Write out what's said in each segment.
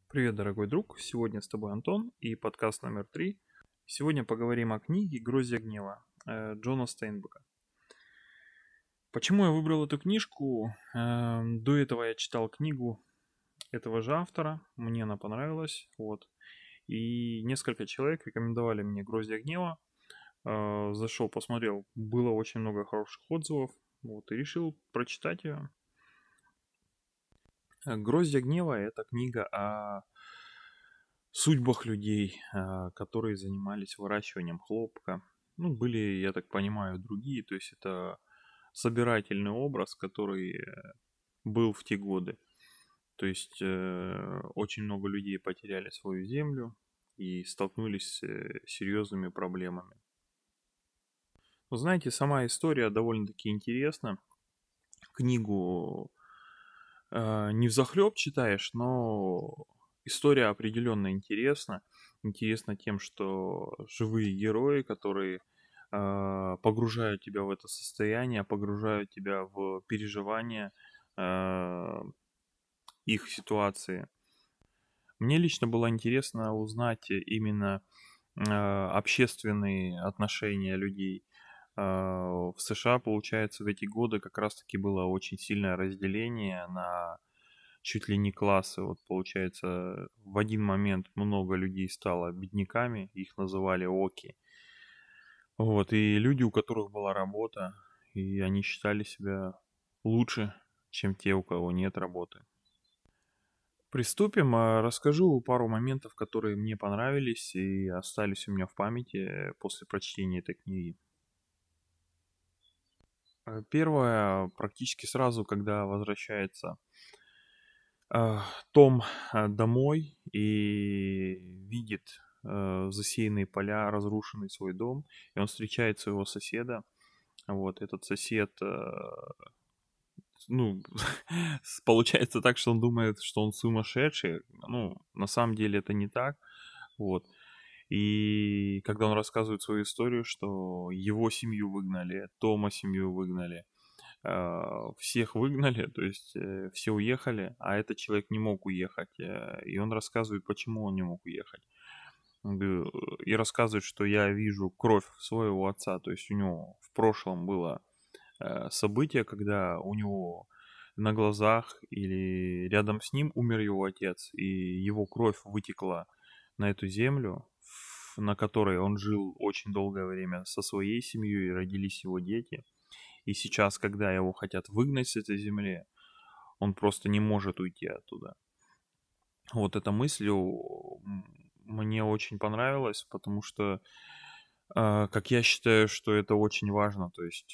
Привет, дорогой друг! Сегодня с тобой Антон и подкаст номер 3. Сегодня поговорим о книге «Гроздья гнева» Джона Стейнбека. Почему я выбрал эту книжку? До этого я читал книгу этого же автора, мне она понравилась, вот. И несколько человек рекомендовали мне «Гроздья гнева». Зашел, посмотрел, было очень много хороших отзывов, вот, и решил прочитать ее. «Гроздья гнева» — это книга о судьбах людей, которые занимались выращиванием хлопка. Ну, были, я так понимаю, другие, то есть это собирательный образ, который был в те годы. То есть очень много людей потеряли свою землю и столкнулись с серьезными проблемами. Вы знаете, сама история довольно-таки интересна. Книгу не взахлеб читаешь, но история определенно интересна. Интересна тем, что живые герои, которые погружают тебя в это состояние, погружают тебя в переживания а, их ситуации. Мне лично было интересно узнать именно общественные отношения людей. В США, получается, в эти годы как раз-таки было очень сильное разделение на чуть ли не классы. Вот получается, в один момент много людей стало бедняками, их называли оки. Вот, и люди, у которых была работа, и они считали себя лучше, чем те, у кого нет работы. Приступим. Расскажу пару моментов, которые мне понравились и остались у меня в памяти после прочтения этой книги. Первое, практически сразу, когда возвращается а, Том домой и видит засеянные поля, разрушенный свой дом, и он встречает своего соседа. Вот этот сосед, ну, получается так, что он думает, что он сумасшедший. Ну, на самом деле это не так. Вот. И когда он рассказывает свою историю, что его семью выгнали, Тома семью выгнали, всех выгнали, то есть все уехали, а этот человек не мог уехать. И он рассказывает, почему он не мог уехать. И рассказывает, что я вижу кровь своего отца, то есть у него в прошлом было событие, когда у него на глазах или рядом с ним умер его отец, и его кровь вытекла на эту землю, на которой он жил очень долгое время со своей семьей, и родились его дети. И сейчас, когда его хотят выгнать с этой земли, он просто не может уйти оттуда. Вот эта мысль мне очень понравилась, потому что, как я считаю, что это очень важно. То есть,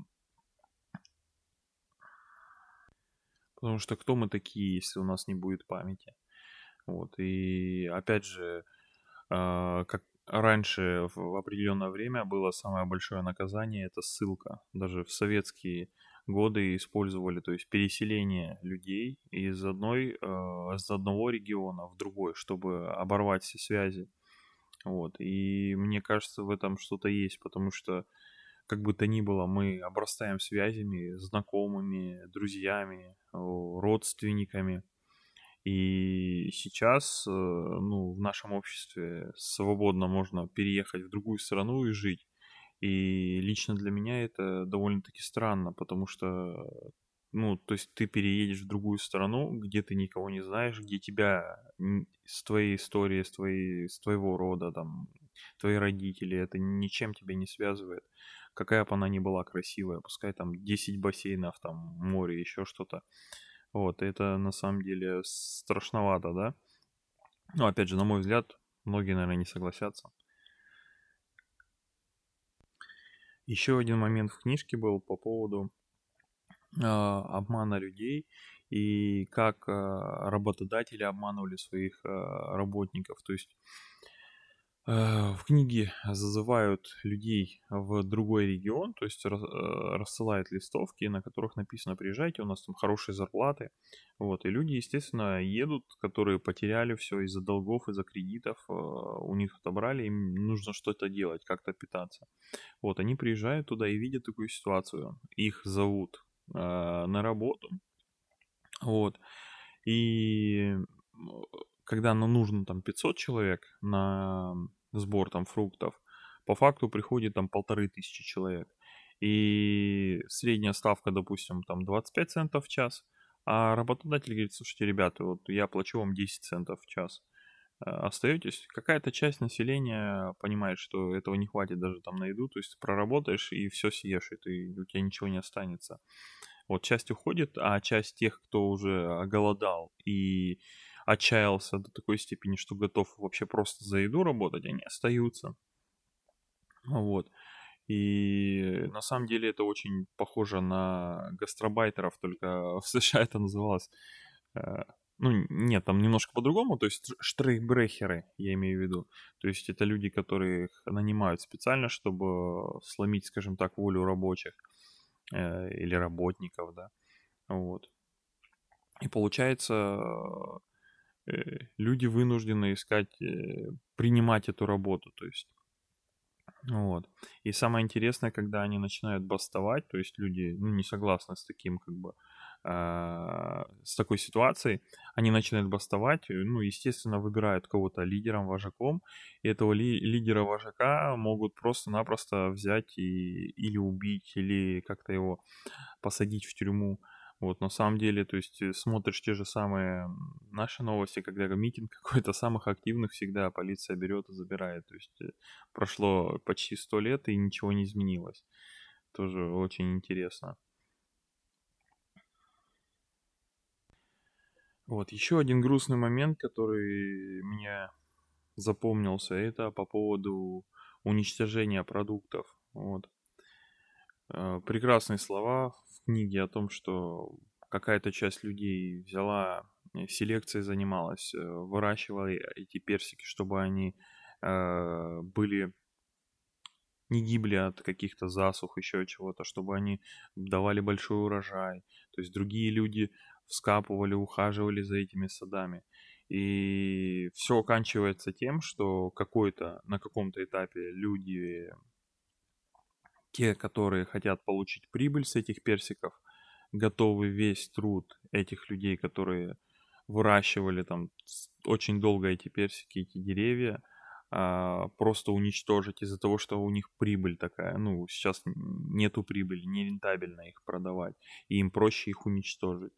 потому что кто мы такие, если у нас не будет памяти? Вот. И опять же, как раньше в определенное время было самое большое наказание — это ссылка. Даже в советские годы использовали, то есть переселение людей из одного региона в другой, чтобы оборвать все связи. Вот. И мне кажется, в этом что-то есть, потому что, как бы то ни было, мы обрастаем связями, знакомыми, друзьями, родственниками. И сейчас, ну, в нашем обществе свободно можно переехать в другую страну и жить. И лично для меня это довольно-таки странно, потому что, ну, то есть ты переедешь в другую страну, где ты никого не знаешь, где тебя с твоей историей, с твоего рода, там, твои родители, это ничем тебя не связывает. Какая бы она ни была красивая, пускай там 10 бассейнов, там, море, еще что-то. Вот, это на самом деле страшновато, да? Ну, опять же, на мой взгляд, многие, наверное, не согласятся. Еще один момент в книжке был по поводу обмана людей и как работодатели обманывали своих работников. То есть в книге зазывают людей в другой регион, то есть рассылают листовки, на которых написано: приезжайте, у нас там хорошие зарплаты. Вот, и люди, естественно, едут, которые потеряли все из-за долгов, из-за кредитов, у них отобрали, им нужно что-то делать, как-то питаться. Вот, они приезжают туда и видят такую ситуацию. Их зовут на работу. Вот. И когда нужно там 500 человек на сбор там фруктов, по факту приходит там 1500 человек. И средняя ставка, допустим, там 25 центов в час, а работодатель говорит: слушайте, ребята, вот я плачу вам 10 центов в час. Остаетесь? Какая-то часть населения понимает, что этого не хватит даже там на еду, то есть проработаешь и все съешь, и у тебя ничего не останется. Вот часть уходит, а часть тех, кто уже оголодал и отчаялся до такой степени, что готов вообще просто за еду работать, они остаются. Вот. И на самом деле это очень похоже на гастробайтеров, только в США это называлось... Ну, нет, там немножко по-другому, то есть штрейхбрехеры, я имею в виду. То есть это люди, которых нанимают специально, чтобы сломить, скажем так, волю рабочих или работников, да. Вот. И получается, люди вынуждены искать, принимать эту работу, то есть. Вот. И самое интересное, когда они начинают бастовать, то есть люди, ну, не согласны с таким, как бы, с такой ситуацией, они начинают бастовать, ну, естественно, выбирают кого-то лидером, вожаком, и этого лидера-вожака могут просто-напросто взять или убить, или как-то его посадить в тюрьму. Вот, на самом деле, то есть смотришь те же самые наши новости, когда митинг какой-то самых активных всегда полиция берет и забирает. То есть прошло почти 100 лет и ничего не изменилось. Тоже очень интересно. Вот, еще один грустный момент, который мне запомнился, это по поводу уничтожения продуктов. Вот. Прекрасные слова в книге о том, что какая-то часть людей взяла, селекцией занималась, выращивала эти персики, чтобы они были, не гибли от каких-то засух, еще чего-то, чтобы они давали большой урожай. То есть другие люди вскапывали, ухаживали за этими садами. И все оканчивается тем, что на каком-то этапе люди, те, которые хотят получить прибыль с этих персиков, готовы весь труд этих людей, которые выращивали там очень долго эти персики, эти деревья, просто уничтожить из-за того, что у них прибыль такая. Ну, сейчас нету прибыли, нерентабельно их продавать, и им проще их уничтожить.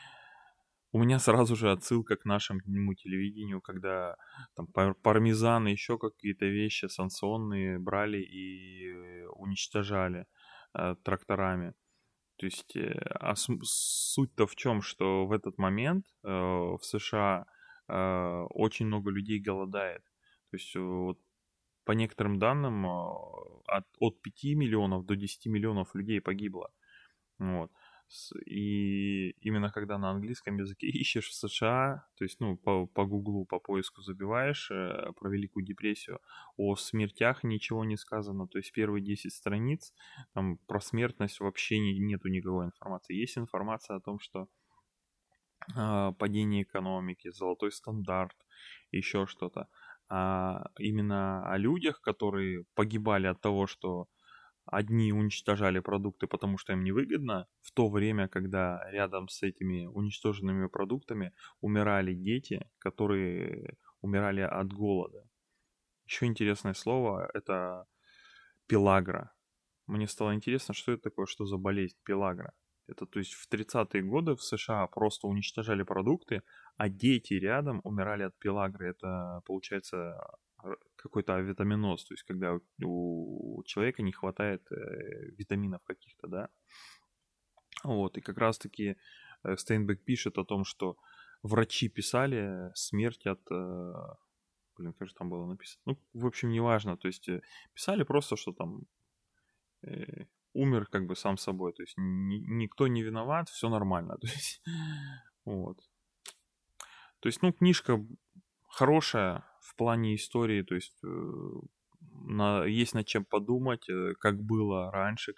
У меня сразу же отсылка к нашему телевидению, когда там пармезан и еще какие-то вещи санкционные брали и уничтожали тракторами. То есть, суть-то в чем, что в этот момент в США очень много людей голодает. То есть, вот по некоторым данным, от 5 миллионов до 10 миллионов людей погибло. Вот. И именно когда на английском языке ищешь в США, то есть, ну, по Гуглу, по поиску забиваешь про Великую депрессию, о смертях ничего не сказано. То есть первые 10 страниц, там про смертность вообще нету никакой информации. Есть информация о том, что падение экономики, золотой стандарт, еще что-то. А именно о людях, которые погибали от того, что одни уничтожали продукты, потому что им невыгодно, в то время, когда рядом с этими уничтоженными продуктами умирали дети, которые умирали от голода. Еще интересное слово — это пелагра. Мне стало интересно, что это такое, что за болезнь пелагра. Это, то есть, в 30-е годы в США просто уничтожали продукты, а дети рядом умирали от пелагры. Это, получается, какой-то авитаминоз, то есть когда у человека не хватает витаминов каких-то, да. Вот, и как раз-таки Стейнбек пишет о том, что врачи писали смерть от... блин, как же там было написано? Ну, в общем, неважно. То есть писали просто, что там э, умер как бы сам собой. То есть никто не виноват, все нормально. То есть, вот. То есть, ну, книжка хорошая в плане истории, то есть есть над чем подумать, как было раньше,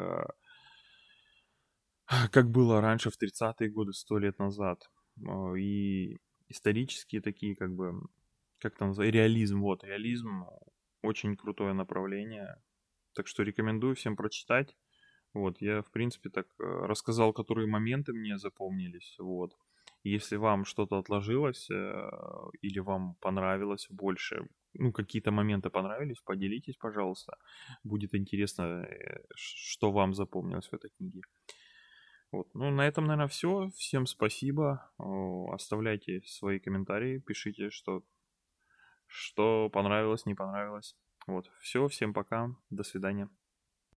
как было раньше в 30-е годы, 100 лет назад. И исторические такие, как бы, как там называется, реализм, вот, реализм, очень крутое направление. Так что рекомендую всем прочитать. Вот, я, в принципе, так рассказал, которые моменты мне запомнились, вот. Если вам что-то отложилось или вам понравилось больше, ну, какие-то моменты понравились, поделитесь, пожалуйста. Будет интересно, что вам запомнилось в этой книге. Вот. Ну, на этом, наверное, все. Всем спасибо. Оставляйте свои комментарии, пишите, что понравилось, не понравилось. Вот. Все, всем пока. До свидания.